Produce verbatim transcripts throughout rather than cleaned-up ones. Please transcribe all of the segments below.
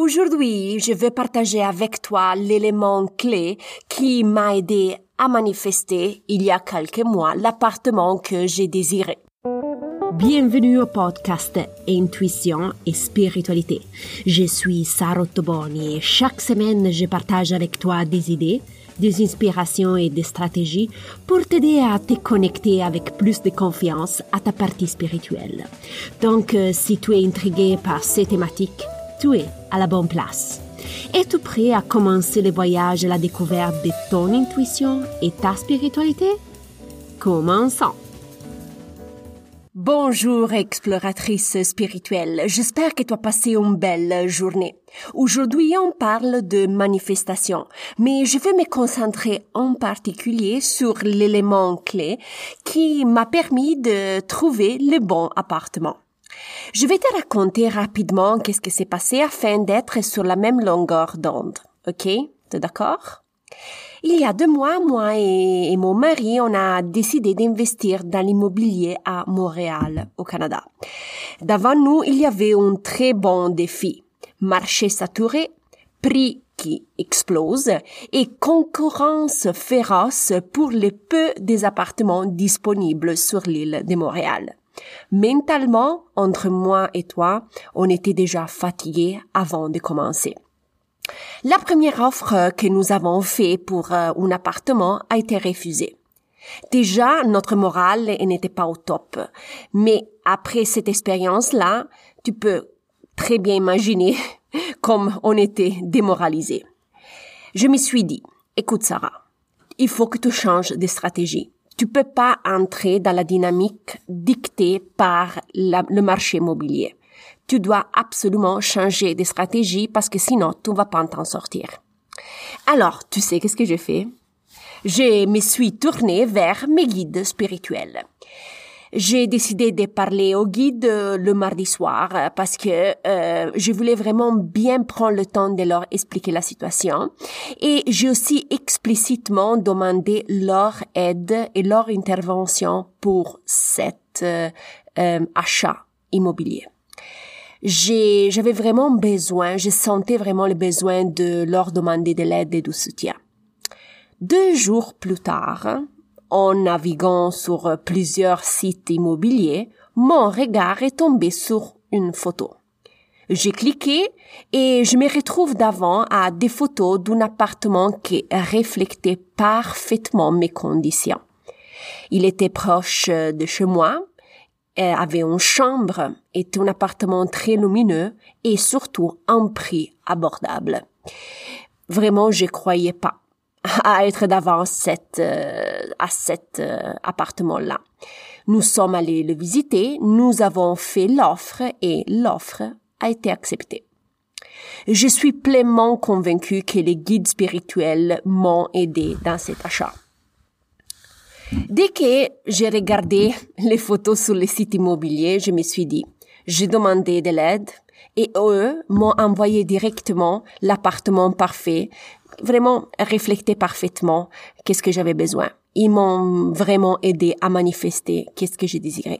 Aujourd'hui, je vais partager avec toi l'élément clé qui m'a aidé à manifester il y a quelques mois l'appartement que j'ai désiré. Bienvenue au podcast Intuition et Spiritualité. Je suis Sarah Ottoboni et chaque semaine, je partage avec toi des idées, des inspirations et des stratégies pour t'aider à te connecter avec plus de confiance à ta partie spirituelle. Donc, si tu es intrigué par ces thématiques, tu es à la bonne place. Es-tu prêt à commencer le voyage à la découverte de ton intuition et ta spiritualité? Commençons! Bonjour exploratrice spirituelle, j'espère que tu as passé une belle journée. Aujourd'hui, on parle de manifestation, mais je vais me concentrer en particulier sur l'élément clé qui m'a permis de trouver le bon appartement. Je vais te raconter rapidement qu'est-ce qui s'est passé afin d'être sur la même longueur d'onde. Ok? T'es d'accord? Il y a deux mois, moi et, et mon mari, on a décidé d'investir dans l'immobilier à Montréal, au Canada. Devant nous, il y avait un très bon défi. Marché saturé, prix qui explose et concurrence féroce pour le peu des appartements disponibles sur l'île de Montréal. Mentalement, entre moi et toi, on était déjà fatigués avant de commencer. La première offre que nous avons faite pour euh, un appartement a été refusée. Déjà, notre morale n'était pas au top. Mais après cette expérience-là, tu peux très bien imaginer comme on était démoralisés. Je me suis dit, écoute Sarah, il faut que tu changes de stratégie. Tu peux pas entrer dans la dynamique dictée par la, le marché immobilier. Tu dois absolument changer de stratégie parce que sinon, tu vas pas t'en sortir. Alors, tu sais qu'est-ce que j'ai fait? Je me suis tournée vers mes guides spirituels. J'ai décidé de parler aux guides le mardi soir parce que euh, je voulais vraiment bien prendre le temps de leur expliquer la situation et j'ai aussi explicitement demandé leur aide et leur intervention pour cet euh, euh, achat immobilier. J'ai, j'avais vraiment besoin, je sentais vraiment le besoin de leur demander de l'aide et du soutien. Deux jours plus tard, en naviguant sur plusieurs sites immobiliers, mon regard est tombé sur une photo. J'ai cliqué et je me retrouve devant à des photos d'un appartement qui reflétait parfaitement mes conditions. Il était proche de chez moi, avait une chambre, était un appartement très lumineux et surtout un prix abordable. Vraiment, je croyais pas à être devant cet, euh, à cet euh, appartement-là. Nous sommes allés le visiter, nous avons fait l'offre et l'offre a été acceptée. Je suis pleinement convaincue que les guides spirituels m'ont aidé dans cet achat. Dès que j'ai regardé les photos sur les sites immobiliers, je me suis dit, j'ai demandé de l'aide et eux m'ont envoyé directement l'appartement parfait, vraiment reflété parfaitement qu'est-ce que j'avais besoin. Ils m'ont vraiment aidé à manifester qu'est-ce que je désirais.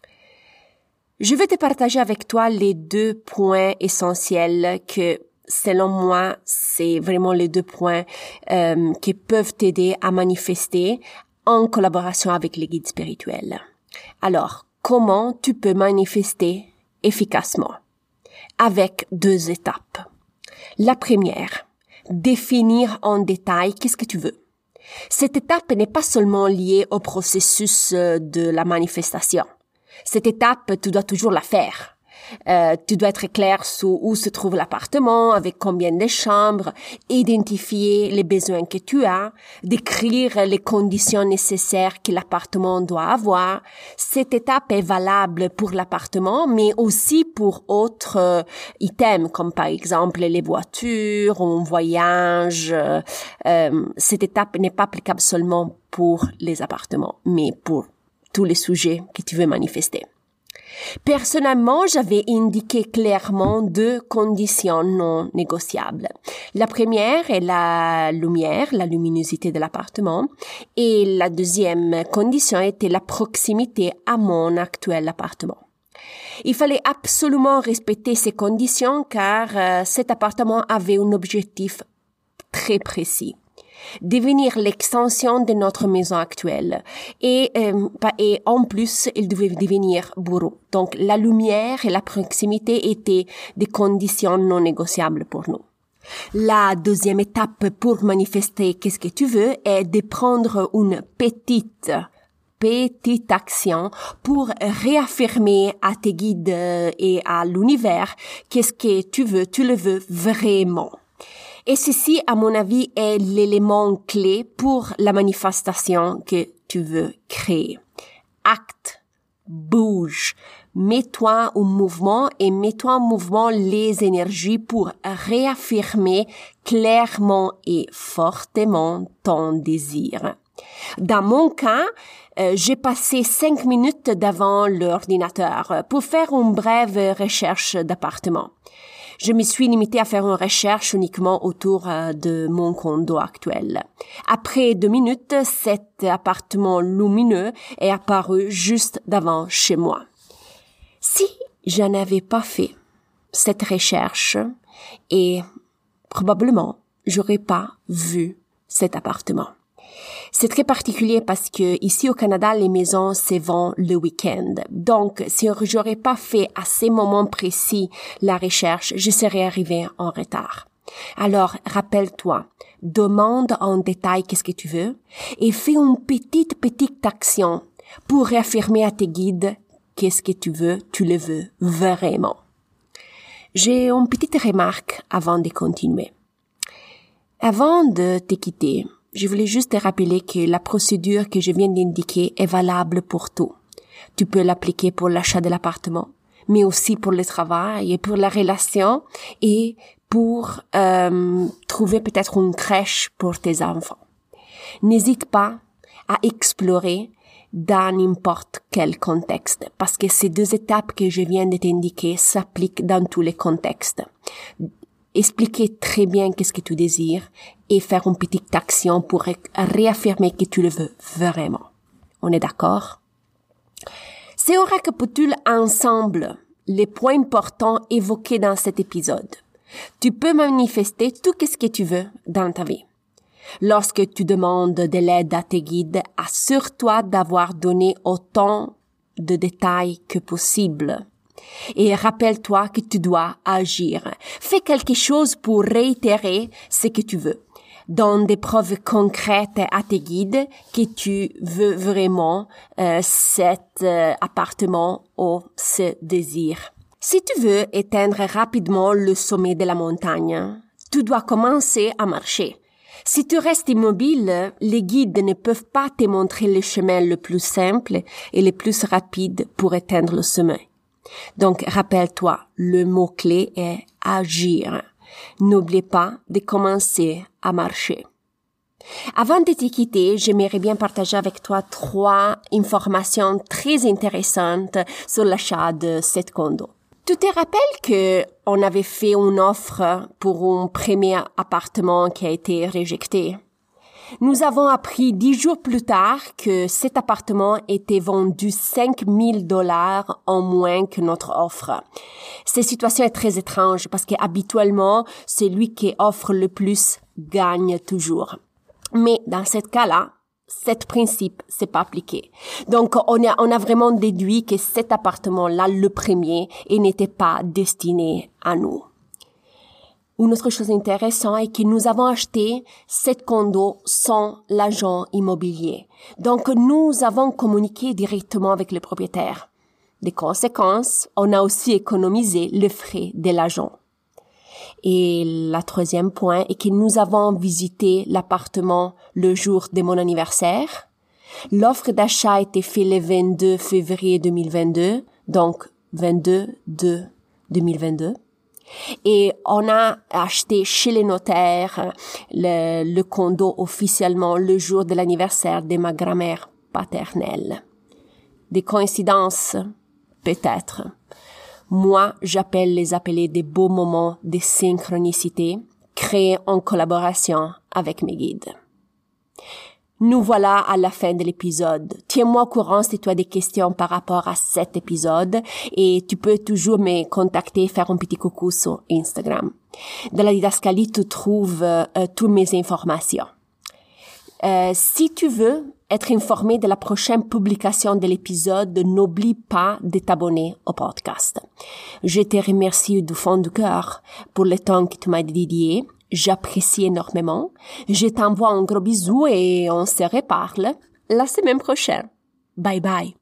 Je vais te partager avec toi les deux points essentiels que, selon moi, c'est vraiment les deux points euh, qui peuvent t'aider à manifester en collaboration avec les guides spirituels. Alors, comment tu peux manifester efficacement? Avec deux étapes. La première, définir en détail qu'est-ce que tu veux. Cette étape n'est pas seulement liée au processus de la manifestation. Cette étape, tu dois toujours la faire. Euh, tu dois être clair sur où se trouve l'appartement, avec combien de chambres, identifier les besoins que tu as, décrire les conditions nécessaires que l'appartement doit avoir. Cette étape est valable pour l'appartement, mais aussi pour autres euh, items, comme par exemple les voitures, un voyage. Euh, cette étape n'est pas applicable seulement pour les appartements, mais pour tous les sujets que tu veux manifester. Personnellement, j'avais indiqué clairement deux conditions non négociables. La première est la lumière, la luminosité de l'appartement, et la deuxième condition était la proximité à mon actuel appartement. Il fallait absolument respecter ces conditions car euh, cet appartement avait un objectif très précis. Devenir l'extension de notre maison actuelle. Et, euh, et en plus, il devait devenir bureau. Donc, la lumière et la proximité étaient des conditions non négociables pour nous. La deuxième étape pour manifester qu'est-ce que tu veux est de prendre une petite petite action pour réaffirmer à tes guides et à l'univers qu'est-ce que tu veux, tu le veux vraiment. Et ceci, à mon avis, est l'élément clé pour la manifestation que tu veux créer. Acte, bouge, mets-toi en mouvement et mets-toi en mouvement les énergies pour réaffirmer clairement et fortement ton désir. Dans mon cas, euh, j'ai passé cinq minutes devant l'ordinateur pour faire une brève recherche d'appartement. Je me suis limitée à faire une recherche uniquement autour euh, de mon condo actuel. Après deux minutes, cet appartement lumineux est apparu juste devant chez moi. Si je n'avais pas fait cette recherche, et probablement, j'aurais pas vu cet appartement. C'est très particulier parce que ici au Canada, les maisons se vendent le week-end. Donc, si j'aurais pas fait à ces moments précis la recherche, je serais arrivée en retard. Alors, rappelle-toi, demande en détail qu'est-ce que tu veux et fais une petite, petite action pour réaffirmer à tes guides qu'est-ce que tu veux, tu le veux vraiment. J'ai une petite remarque avant de continuer. Avant de te quitter, je voulais juste te rappeler que la procédure que je viens d'indiquer est valable pour tout. Tu peux l'appliquer pour l'achat de l'appartement, mais aussi pour le travail et pour la relation et pour euh, trouver peut-être une crèche pour tes enfants. N'hésite pas à explorer dans n'importe quel contexte, parce que ces deux étapes que je viens de t'indiquer s'appliquent dans tous les contextes. Expliquer très bien qu'est-ce que tu désires et faire une petite action pour ré- réaffirmer que tu le veux vraiment. On est d'accord? Si on récapitule ensemble les points importants évoqués dans cet épisode, tu peux manifester tout ce que tu veux dans ta vie. Lorsque tu demandes de l'aide à tes guides, assure-toi d'avoir donné autant de détails que possible. Et rappelle-toi que tu dois agir. Fais quelque chose pour réitérer ce que tu veux. Donne des preuves concrètes à tes guides que tu veux vraiment euh, cet euh, appartement ou ce désir. Si tu veux atteindre rapidement le sommet de la montagne, tu dois commencer à marcher. Si tu restes immobile, les guides ne peuvent pas te montrer le chemin le plus simple et le plus rapide pour atteindre le sommet. Donc, rappelle-toi, le mot-clé est agir. N'oublie pas de commencer à marcher. Avant de te quitter, j'aimerais bien partager avec toi trois informations très intéressantes sur l'achat de cet condo. Tu te rappelles que on avait fait une offre pour un premier appartement qui a été rejeté? Nous avons appris dix jours plus tard que cet appartement était vendu cinq mille dollars en moins que notre offre. Cette situation est très étrange parce qu'habituellement, celui qui offre le plus gagne toujours. Mais dans ce cas-là, cet principe s'est pas appliqué. Donc, on a, on a vraiment déduit que cet appartement-là, le premier, il n'était pas destiné à nous. Une autre chose intéressante est que nous avons acheté cet condo sans l'agent immobilier. Donc, nous avons communiqué directement avec le propriétaire. Des conséquences, on a aussi économisé les frais de l'agent. Et le troisième point est que nous avons visité l'appartement le jour de mon anniversaire. L'offre d'achat a été faite le vingt-deux février deux mille vingt-deux, donc vingt-deux deux deux mille vingt-deux. Et on a acheté chez les notaires le, le condo officiellement le jour de l'anniversaire de ma grand-mère paternelle. Des coïncidences? Peut-être. Moi, j'appelle les appeler des beaux moments de synchronicité créés en collaboration avec mes guides. Nous voilà à la fin de l'épisode. Tiens-moi au courant si tu as des questions par rapport à cet épisode et tu peux toujours me contacter, faire un petit coucou sur Instagram. Dans la didascalie, tu trouves euh, toutes mes informations. Euh, si tu veux être informé de la prochaine publication de l'épisode, n'oublie pas de t'abonner au podcast. Je te remercie du fond du cœur pour le temps que tu m'as dédié. J'apprécie énormément. Je t'envoie un gros bisou et on se reparle la semaine prochaine. Bye bye.